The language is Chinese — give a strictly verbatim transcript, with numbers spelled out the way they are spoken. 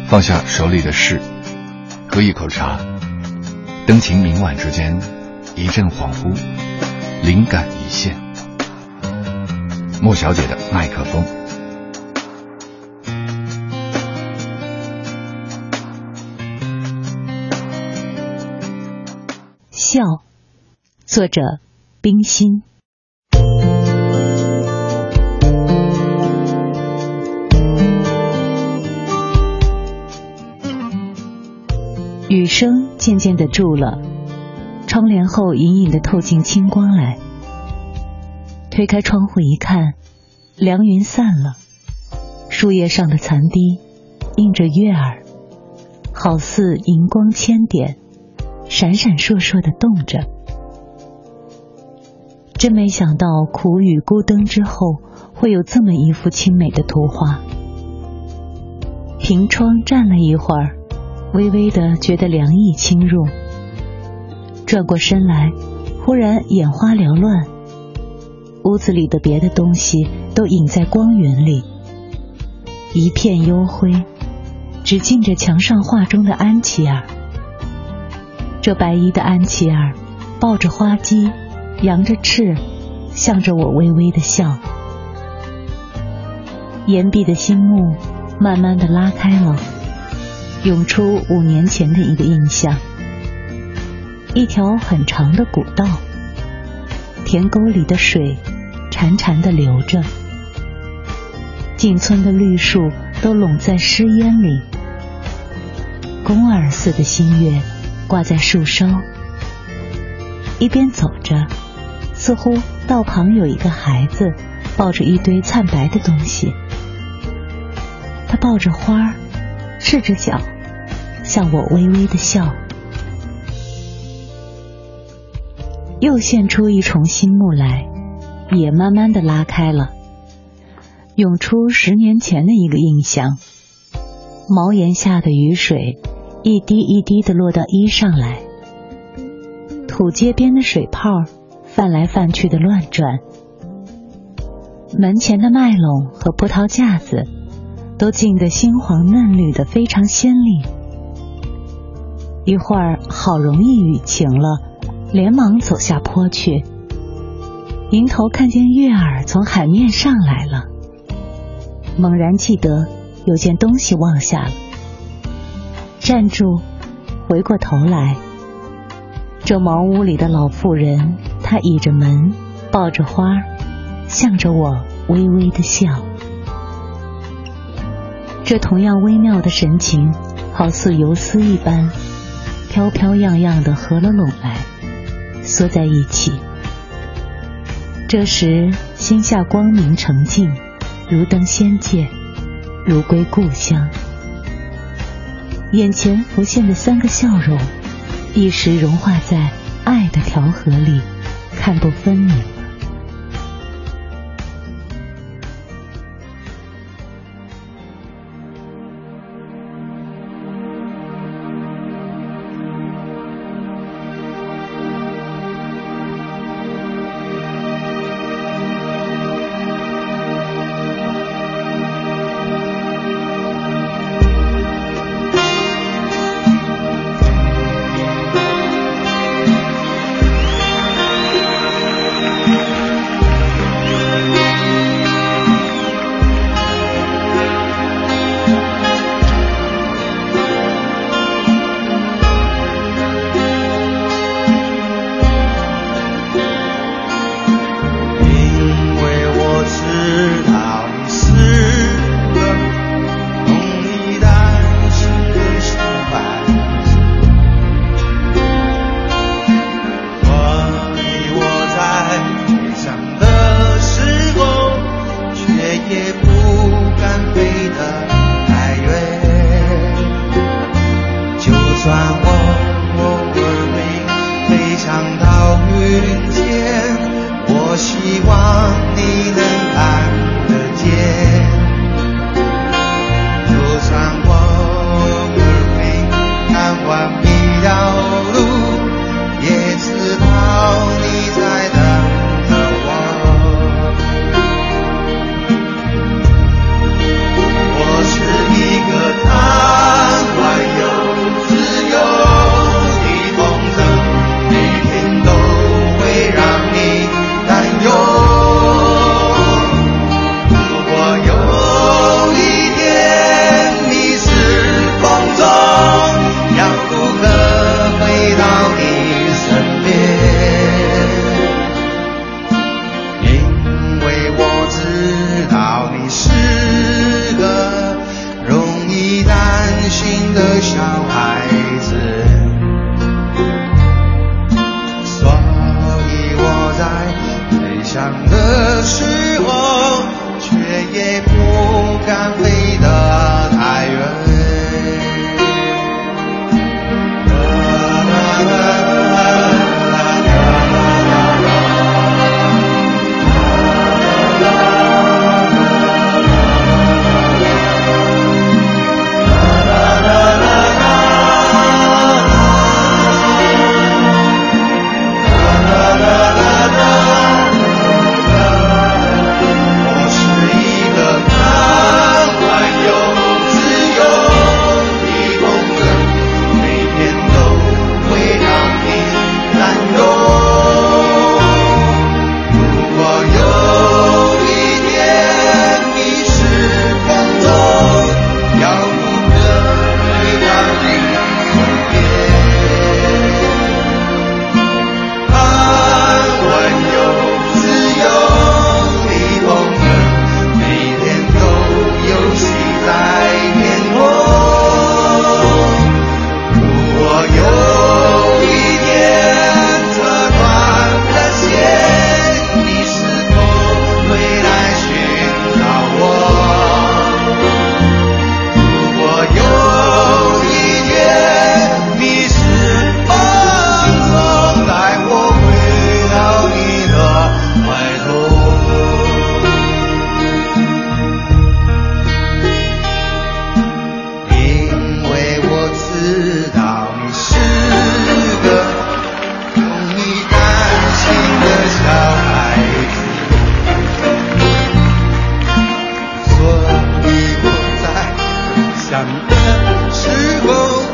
放下手里的事，喝一口茶，灯情明晚之间，一阵恍惚，灵感一现。莫小姐的麦克风。 笑，作者冰心。雨声渐渐地住了，窗帘后隐隐地透进清光来。推开窗户一看，凉云散了，树叶上的残滴映着月儿，好似银光千点，闪闪烁烁地动着。真没想到苦雨孤灯之后会有这么一幅清美的图画。凭窗站了一会儿，微微地觉得凉意侵入，转过身来，忽然眼花缭乱，屋子里的别的东西都隐在光源里，一片幽灰，只近着墙上画中的安琪儿。这白衣的安琪儿抱着花姬，扬着翅，向着我微微的笑。岩壁的心幕慢慢的拉开了，涌出五年前的一个印象。一条很长的古道，田沟里的水潺潺地流着，进村的绿树都拢在湿烟里，宫二似的新月挂在树梢。一边走着，似乎道旁有一个孩子抱着一堆灿白的东西，他抱着花，赤着脚，向我微微的笑。又现出一重新幕来，也慢慢的拉开了，涌出十年前的一个印象。茅檐下的雨水一滴一滴的落到衣上来，土街边的水泡泛来泛去的乱转，门前的麦垄和葡萄架子都浸得猩黄嫩绿的非常鲜丽。一会儿好容易雨晴了，连忙走下坡去，迎头看见月儿从海面上来了，猛然记得有件东西忘下了，站住，回过头来，这茅屋里的老妇人，她倚着门，抱着花，向着我微微的笑。这同样微妙的神情，好似游丝一般，飘飘漾漾地合了拢来，缩在一起。这时心下光明澄净，如登仙界，如归故乡。眼前浮现的三个笑容，一时融化在爱的调和里，看不分明。 的小孩子，所以我在飞翔的时候，却也不敢飞得太远。想的时候